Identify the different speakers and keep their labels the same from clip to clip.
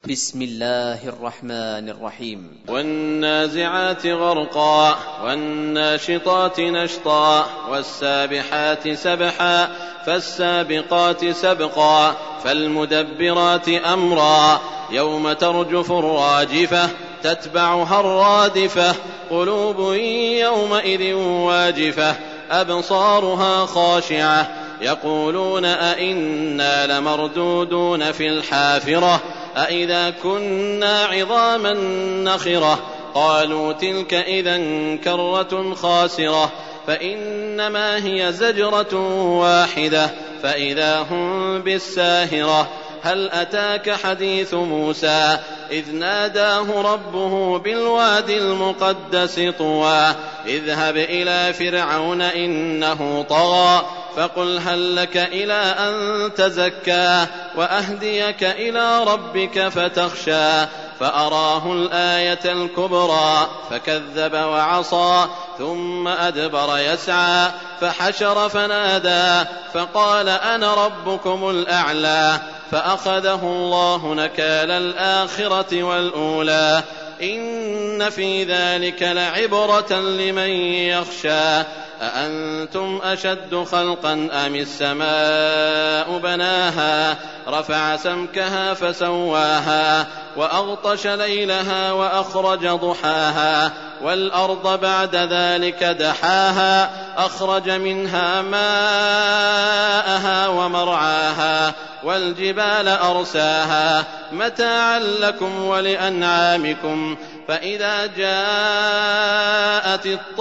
Speaker 1: بسم الله الرحمن الرحيم.
Speaker 2: والنازعات غرقا والناشطات نشطا والسابحات سبحا فالسابقات سبقا فالمدبرات أمرا يوم ترجف الراجفة تتبعها الرادفة قلوب يومئذ واجفة أبصارها خاشعة يقولون أئنا لمردودون في الحافرة أئذا كنا عظاما نخرة قالوا تلك إذا كرة خاسرة فإنما هي زجرة واحدة فإذا هم بالساهرة هل أتاك حديث موسى إذ ناداه ربه بالوادي المقدس طوى اذهب إلى فرعون إنه طغى فقل هل لك إلى أن تزكى وأهديك إلى ربك فتخشى فأراه الآية الكبرى فكذب وعصى ثم أدبر يسعى فحشر فنادى فقال أنا ربكم الأعلى فأخذه الله نكال الآخرة والأولى إن في ذلك لعبرة لمن يخشى أأنتم أشد خلقا أم السماء بناها رفع سمكها فسواها وأغطش ليلها وأخرج ضحاها والأرض بعد ذلك دحاها أخرج منها ماءها ومرعاها والجبال أرساها متاعا لكم ولأنعامكم فإذا جاءت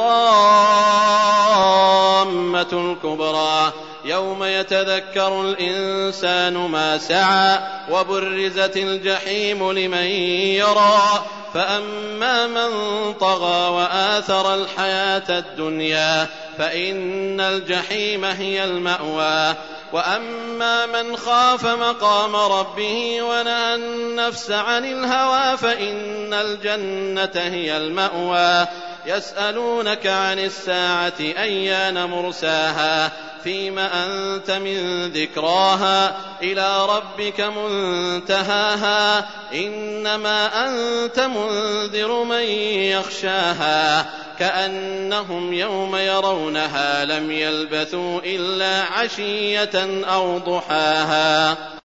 Speaker 2: الطامة الكبرى يوم يتذكر الإنسان ما سعى وبرزت الجحيم لمن يرى فأما من طغى وآثر الحياة الدنيا فإن الجحيم هي المأوى وأما من خاف مقام ربه ونهى النفس عن الهوى فإن الجنة هي المأوى يسألونك عن الساعة أيان مرساها فيم أنت من ذكراها إلى ربك منتهاها إنما أنت منذر من يخشاها كأنهم يوم يرونها لم يلبثوا إلا عشية أو ضحاها.